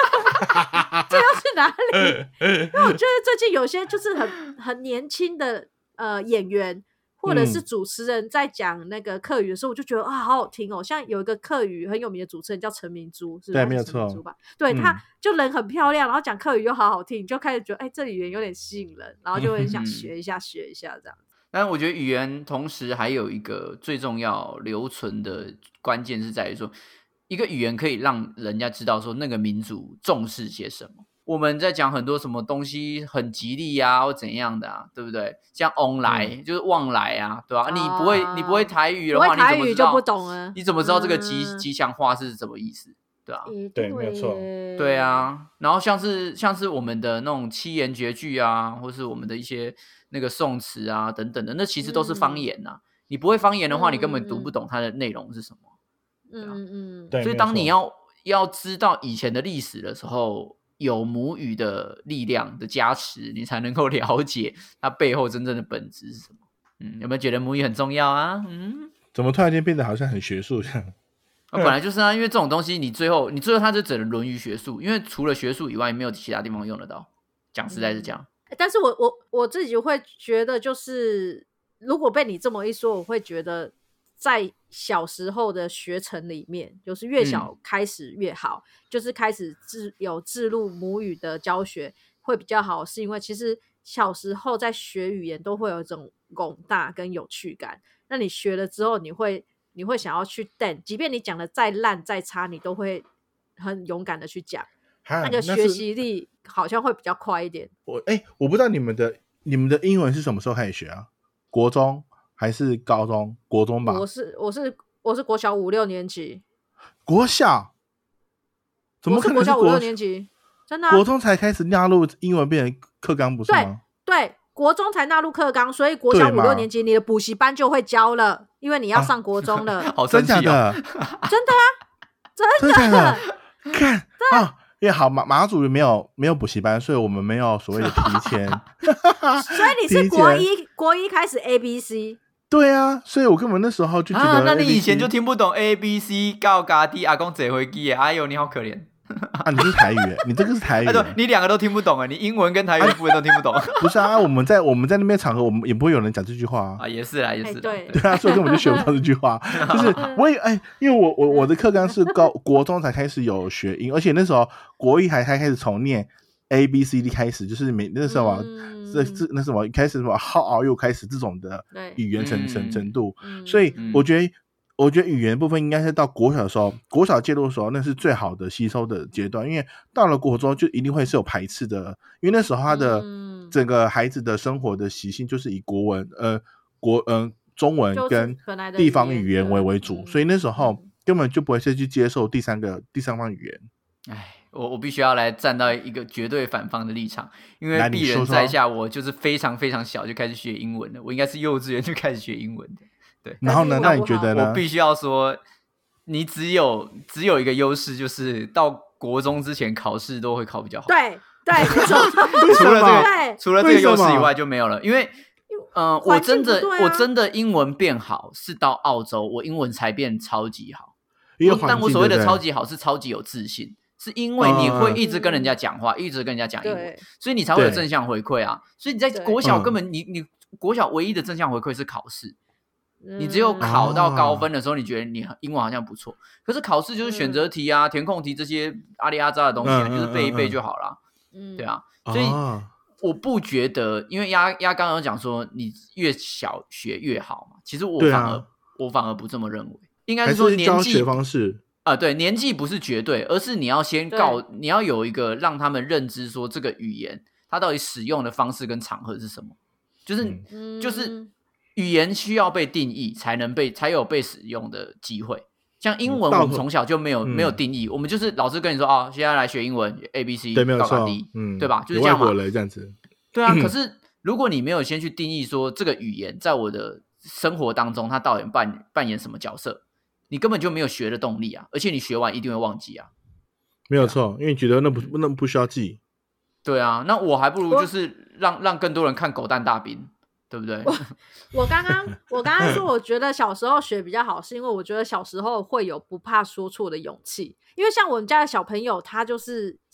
这又是哪里？因为我觉得最近有些就是很很年轻的呃演员或者是主持人在讲那个客语的时候，我就觉得啊好好听哦。像有一个客语很有名的主持人叫陈明珠，是对，没有错，对，他就人很漂亮，然后讲客语又好好听，你就开始觉得哎，这语言有点吸引人，然后就会想学一下、嗯、学一下这样。 但我觉得语言同时还有一个最重要留存的关键是在于说，一个语言可以让人家知道说那个民族重视些什么。我们在讲很多什么东西很吉利啊或怎样的啊，对不对？像翁来、嗯、就是旺来啊，对吧、啊？你不会你不会台语的话， 不会台语就不懂了， 你怎么知道这个吉、嗯、吉祥话是什么意思？对啊， 对，没有错。 对啊，然后像是像是我们的那种七言绝句啊，或是我们的一些那个宋词啊等等的，那其实都是方言啊。嗯、你不会方言的话，你根本读不懂它的内容是什么。 嗯嗯， 对。 所以当你要要知道以前的历史的时候，有母语的力量的加持，你才能够了解它背后真正的本质是什么。嗯，有没有觉得母语很重要啊？嗯， 怎么突然间变得好像很学术这样？ 啊、本来就是啊，因为这种东西你最后你最后它就只能沦于学术，因为除了学术以外没有其他地方用得到。讲实在是这样、 嗯、但是我我我自己会觉得，就是如果被你这么一说，我会觉得在小时候的学程里面，就是越小开始越好、嗯、就是开始自有置入母语的教学会比较好，是因为其实小时候在学语言都会有一种广大跟有趣感，那你学了之后你会你会想要去等，即便你讲的再烂再差，你都会很勇敢的去讲，那个学习力好像会比较快一点。 我哎、欸，我不知道你们的你们的英文是什么时候开始学啊？国中还是高中？国中吧。 我是我是我是国小五六年级。 国小？怎么可能是国小五六年级？真的、啊？ 国中才开始纳入英文变成课纲不是吗？ 对对，国中才纳入课纲，所以国小五六年级你的补习班就会教了，因为你要上国中了。 啊、好神奇、哦、 真的？ 真的啊，真的。 真的看啊，因为好马马祖没有没有补习班，所以我们没有所谓的提前。 所以你是国一国一开始 A B C。 对啊，所以我根本那时候就觉得、 啊，那你以前就听不懂 A B C 告嘎滴阿公坐飞机，哎呦你好可怜。 啊，你是台语，你这个是台语、啊， 你两个都听不懂哎，你英文跟台语部分都听不懂。 不是啊，我们在我们在那边场合，我们也不会有人讲这句话啊。 啊，也是啦，也是啦。 对对啊，所以根本就学不到这句话。就是我也哎，因为我我我的课纲是高国中才开始有学英，而且那时候国一还还开始从念 A B C D 开始，就是每那时候啊，这这、嗯、那什么开始什么 How are you 开始这种的语言程程程度， 嗯、 所以我觉得。嗯我觉得语言部分应该是到国小的时候，国小介入的时候，那是最好的吸收的阶段。因为到了国中就一定会是有排斥的，因为那时候他的整个孩子的生活的习性就是以国文、呃国呃中文跟地方语言为为主，嗯、所以那时候根本就不会再去接受第三个第三方语言。 哎，我我必须要来站到一个绝对反方的立场，因为鄙人在下，我就是非常非常小就开始学英文了，我应该是幼稚园就开始学英文的。对， 然后呢？那你觉得呢？ 我必须要说，你只有只有一个优势，就是到国中之前考试都会考比较好。 对对， 除了这个，除了这个优势以外就没有了。因为，嗯、呃，我真的、啊、我真的英文变好是到澳洲，我英文才变超级好。但我所谓的超级好是超级有自信，是因为你会一直跟人家讲话，嗯、一直跟人家讲英文，所以你才会有正向回馈啊。所以你在国小根本你你国小唯一的正向回馈是考试。你只有考到高分的时候，你觉得你英文好像不错，可是考试就是选择题啊、嗯、填空题这些阿里阿扎的东西、啊嗯，就是背一背就好了。嗯，对啊，所以我不觉得，因为鸭鸭刚刚有讲说，你越小学越好嘛。其实我反而、啊、我反而不这么认为，应该是说年纪教学方式啊、呃，对，年纪不是绝对，而是你要先告，你要有一个让他们认知说这个语言它到底使用的方式跟场合是什么，就是、嗯、就是。语言需要被定义才能被才有被使用的机会，像英文我们从小就没有、嗯、没有定义，我们就是老师跟你说啊，现在来学英文 A B C 对没有错 D、嗯、对吧？就是这样嘛， 这样子对啊、嗯。可是如果你没有先去定义说这个语言在我的生活当中它到底扮扮演什么角色，你根本就没有学的动力啊，而且你学完一定会忘记啊。 没有错，因为你觉得那不那不需要记。 对啊，那我还不如就是让让更多人看狗蛋大兵。对不对？ 我我刚刚我刚刚说，我觉得小时候学比较好，是因为我觉得小时候会有不怕说错的勇气。因为像我们家的小朋友，他就是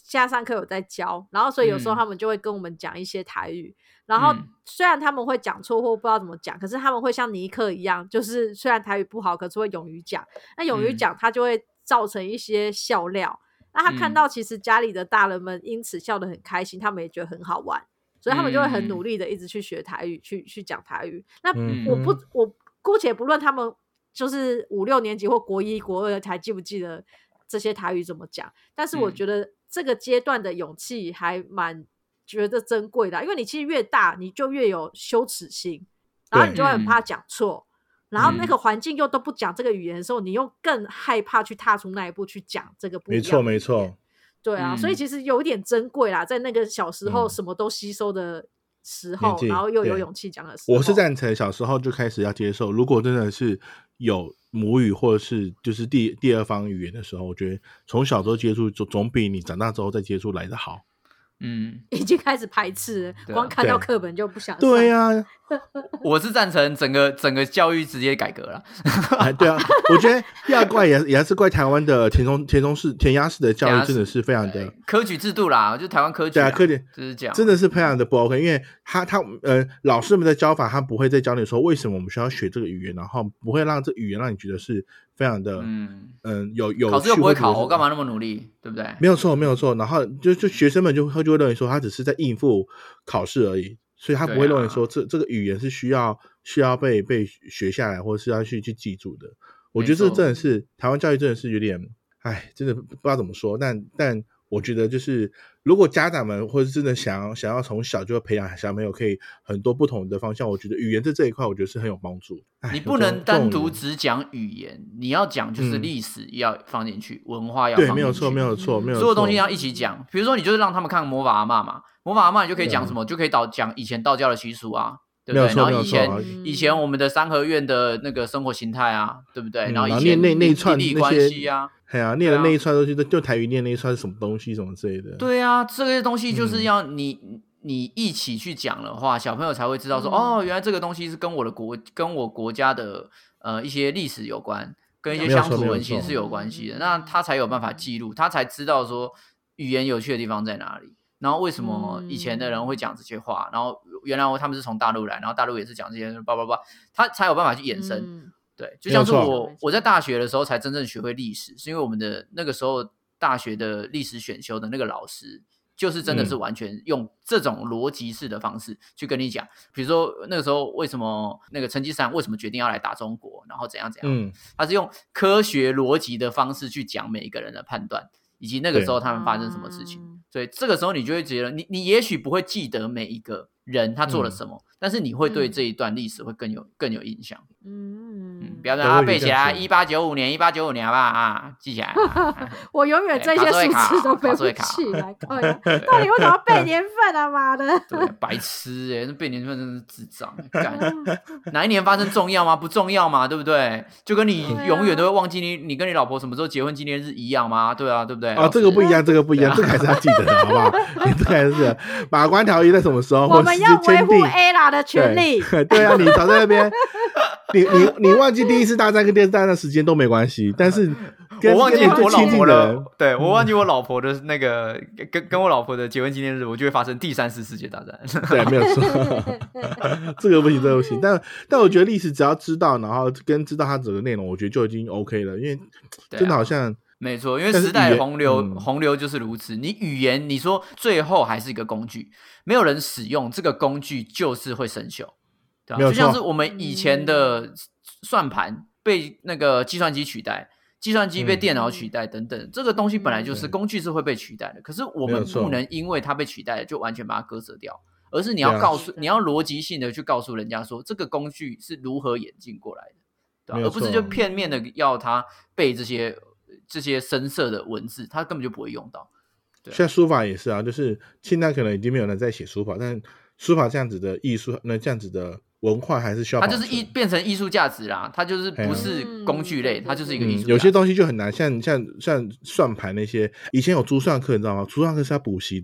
现在上课有在教，然后所以有时候他们就会跟我们讲一些台语，嗯、然后虽然他们会讲错或不知道怎么讲，可是他们会像尼克一样，就是虽然台语不好，可是会勇于讲。那勇于讲，他就会造成一些笑料。嗯、那他看到其实家里的大人们因此笑得很开心，他们也觉得很好玩，所以他们就会很努力的一直去学台语，嗯、去去讲台语。那我不我姑且不论他们就是五六年级或国一国二还记不记得这些台语怎么讲，但是我觉得这个阶段的勇气还蛮觉得珍贵的、啊，因为你其实越大你就越有羞耻心，然后你就会很怕讲错，然后那个环境又都不讲这个语言的时候，你又更害怕去踏出那一步去讲这个不一样的语言。 没错没错， 对啊、嗯、所以其实有一点珍贵啦，在那个小时候什么都吸收的时候、嗯、然后又有勇气讲的时候， 我是赞成小时候就开始要接受，如果真的是有母语或者是就是第第二方语言的时候，我觉得从小时候接触总比你长大之后再接触来的好。 嗯， 已经开始排斥了，光看到课本就不想上。 对啊， 我是赞成整个整个教育直接改革了。 哎，对啊，我觉得要怪也也是怪台湾的填充填充式填鸭式的教育真的是非常的科举制度啦，就台湾科举、啊， 对啊，科举就是这样， 真的是非常的不 OK， 因为他他呃老师们的教法，他不会再教你说为什么我们需要学这个语言，然后不会让这语言让你觉得是非常的嗯嗯有有考试又不会考，我干嘛那么努力，对不对？ 没有错没有错，然后就就学生们就会就会认为说他只是在应付考试而已，所以他不会认为说这、啊、这个语言是需要需要被被学下来，或者是要去去记住的。我觉得这真的是台湾教育真的是有点，哎，真的不知道怎么说，但但我觉得就是如果家长们或者真的想要想要从小就培养小朋友可以很多不同的方向，我觉得语言在这一块我觉得是很有帮助。 你不能单独只讲语言，你要讲就是历史要放进去、嗯、文化要放进去， 对，没有错没有错没有错， 所有东西要一起讲。比如说你就是让他们看魔法阿嬷嘛，魔法阿嬷你就可以讲什么、嗯、就可以讲以前道教的习俗啊，对不对？然后以前、啊、以前我们的三合院的那个生活形态啊，对不对？ 嗯、 然后以前那那一串邻里关系啊， 哎呀，念的那一串东西，就台语念那一串是什么东西，什么之类的。 对啊，这些东西就是要你、嗯、你一起去讲的话，小朋友才会知道说、嗯，哦，原来这个东西是跟我的国跟我国家的呃一些历史有关，跟一些乡土文情是有关系的，那他才有办法记录，他才知道说语言有趣的地方在哪里。然后为什么以前的人会讲这些话、嗯、然后原来他们是从大陆来，然后大陆也是讲这些叭叭叭，他才有办法去衍生、嗯、对，就像是我我在大学的时候才真正学会历史，是因为我们的那个时候大学的历史选修的那个老师就是真的是完全用这种逻辑式的方式去跟你讲、嗯、比如说那个时候为什么那个成吉思汗为什么决定要来打中国，然后怎样怎样、嗯、他是用科学逻辑的方式去讲每一个人的判断以及那个时候他们发生什么事情，所以这个时候你就会觉得你你也许不会记得每一个人他做了什么、嗯、但是你会对这一段历史会更有更有印象。嗯嗯，不要让他背起来一八九五年一八九五年好不好啊，记起来、啊、 我永远这些数字都背不起来，到底为什么要背年份啊妈的对，白痴耶、欸、那背年份真是智障哪一年发生重要吗？不重要嘛，对不对？就跟你永远都会忘记你你跟你老婆什么时候结婚纪念日一样吗？对啊，对不对？ 哦，这个不一样，这个不一样，这个还是要记得的，好不好？你这个还是马关条约在什么时候？ 我们要维护 A 啦的权利。 对, 对啊，你早在那边，你你你忘记第一次大战跟第二次大战的时间都没关系，但是我忘记我老婆的，对我忘记我老婆的那个跟跟我老婆的结婚纪念日，我就会发生第三次世界大战。 对，没有错，这个不行，这个不行。但但我觉得历史只要知道，然后跟知道它整个内容，我觉得就已经 OK 了，因为真的好像。 没错，因为时代的洪流、嗯、洪流就是如此。你语言，你说最后还是一个工具，没有人使用这个工具，就是会生锈，对吧？就像是我们以前的算盘被那个计算机取代，计算机被电脑取代等等、嗯，这个东西本来就是工具是会被取代的。可是我们不能因为它被取代了就完全把它割舍掉，而是你要告诉，你要逻辑性的去告诉人家说，这个工具是如何演进过来的，对吧？而不是就片面的要他背这些。这些深色的文字他根本就不会用到。对啊， 现在书法也是啊，就是现在可能已经没有人在写书法，但书法这样子的艺术，那这样子的文化还是需要保存， 它就是艺变成艺术价值啦，它就是不是工具类，它就是一个艺术价值、 嗯、有些东西就很难，像像像算盘那些，以前有珠算课你知道吗？珠算课是要补习的，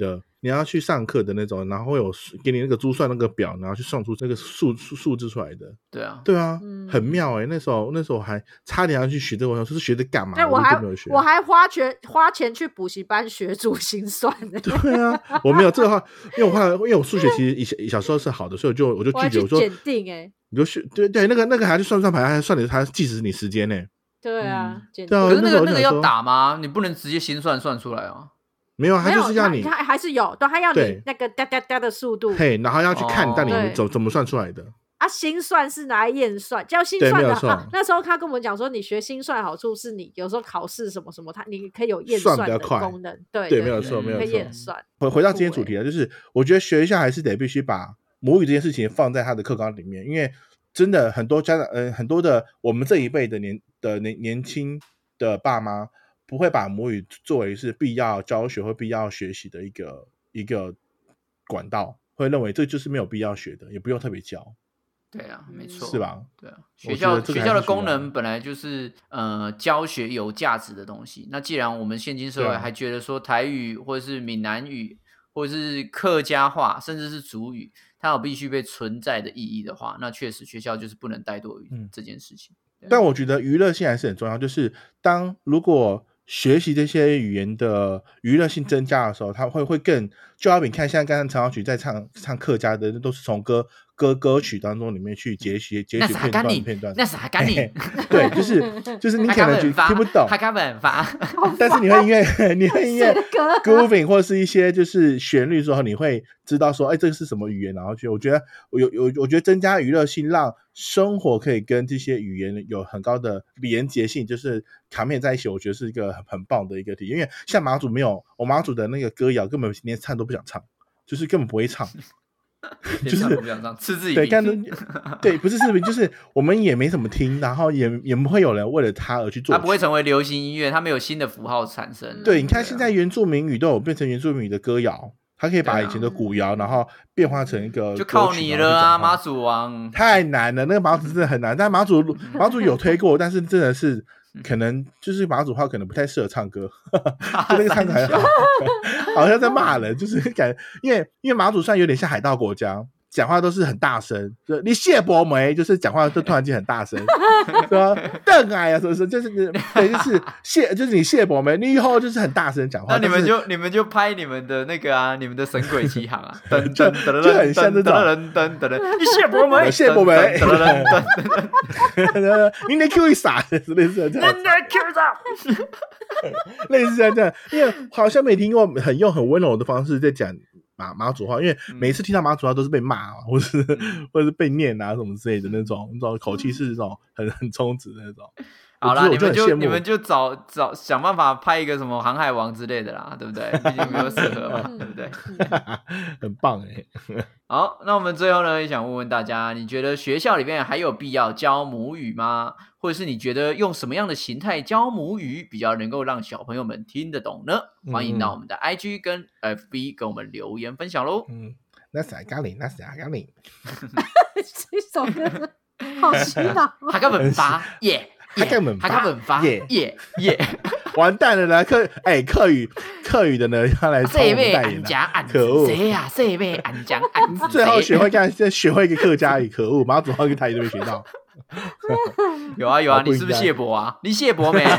你要去上课的那种，然后会有给你那个珠算那个表，然后去算出那个数数数字出来的。 对啊， 对啊， 嗯很妙哎、欸！那时候那时候还差点要去学这个，我想说是学这干嘛？ 对，我还没有学我还花钱花钱去补习班学珠心算的。 对啊，我没有这个话，因为我后来因为我数学其实以前小时候是好的，所以我就我就拒绝，我说检定哎、欸， 你就学对对，那个那个还要去算算牌，还算你还计时你时间呢、欸。 对啊， 嗯、对啊， 可是那个那那个要打吗？你不能直接心算算出来啊。 没有，他就是要你， 他还是有，对，他要你那个哒哒哒的速度， 嘿，然后要去看，但你哦怎怎么算出来的？ 啊，心算是拿来验算，叫心算的啊。那时候他跟我们讲说，你学心算好处是你有时候考试什么什么，他你可以有验算的功能，对对，没有错，没有错， 可以验算。 回回到今天主题了，就是我觉得学校还是得必须把母语这件事情放在他的课纲里面，因为真的很多家长，嗯、呃，很多的我们这一辈的年的年年轻的爸妈不会把母语作为是必要教学或必要学习的一个一个管道，会认为这就是没有必要学的，也不用特别教。 对啊，没错， 是吧？ 对啊，学校学校的功能本来就是呃教学有价值的东西。那既然我们现今社会还觉得说台语或者是闽南语或者是客家话甚至是族语，它有必须被存在的意义的话，那确实学校就是不能怠惰于这件事情。 嗯、但我觉得娱乐性还是很重要，就是当如果学习这些语言的娱乐性增加的时候，他会会更，就好比看现在刚刚陈小曲在唱唱客家的，都是从歌歌歌曲当中里面去截取截取片段片段， 那是还干你， 对，就是就是你可能就听不懂， 他根本发， 但是你会因为你会因为 grooving 或是一些就是旋律之后，你会知道说，哎，这个是什么语言，然后去，我觉得有有，我觉得增加娱乐性，让生活可以跟这些语言有很高的连结性，就是卡面在一起，我觉得是一个很很棒的一个体验。因为像马祖没有，我马祖的那个歌谣根本连唱都不想唱，就是根本不会唱。就是不想唱，嗤之以鼻。 鼻。 对，不是视频，就是我们也没怎么听，然后也也不会有人为了他而去做。 它不会成为流行音乐，它没有新的符号产生。 对，你看现在原住民语都有变成原住民语的歌谣，它可以把以前的古谣，然后变化成一个， 就靠你了啊，马祖王！ 太难了，那个马祖真的很难。但马祖马祖有推过，但是真的是可能就是马祖话可能不太适合唱歌，就那个唱歌还好。好像在骂人，就是感觉，因为因为马祖算有点像海盗国家，讲话都是很大声，就你谢伯梅，就是讲话就突然间很大声，说邓矮啊，什么什么，就是对，就是谢，就是你谢伯梅，你以后就是很大声讲话。 那你们就你们就拍你们的那个啊，你们的神鬼奇航啊，噔噔噔就很像这种噔噔噔噔，你谢伯梅， 谢伯梅， 噔噔噔噔， 你那 Q 一傻的，类似这样， 你那 Q 啥？ 类似这样，因为好像没听过很用很温柔的方式在讲马马祖话，因为每次听到马祖话都是被骂、啊，或是、嗯、或者是被念啊什么之类的那种，那种口气是那种很很冲直的那种。 好啦，你们就你们就找找想办法拍一个什么航海王之类的啦，对不对？毕竟没有适合嘛，对不对？ 很棒哎、欸。 好，那我们最后呢，也想问问大家，你觉得学校里面还有必要教母语吗？或者是你觉得用什么样的形态教母语比较能够让小朋友们听得懂呢？嗯、欢迎到我们的 I G 跟 F B 跟我们留言分享咯。 嗯，那是咖喱，那是咖喱。 这首歌好洗脑， 他根本发耶。 他根本他根本发耶耶耶， 完蛋了啦！客哎，客语客语的呢，要来找我们代言了，可恶！ 谁呀？谁被安江安？ 最后学会干，再学会一个客家语，可恶！马祖话跟台语都没学到。 有啊有啊，你是不是谢伯啊？你谢伯没？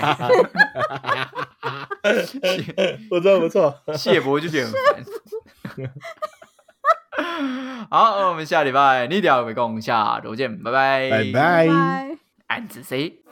不错不错， 谢伯就觉得很烦。好，我们下礼拜你聊会共下周见，拜拜拜拜。 安子谁？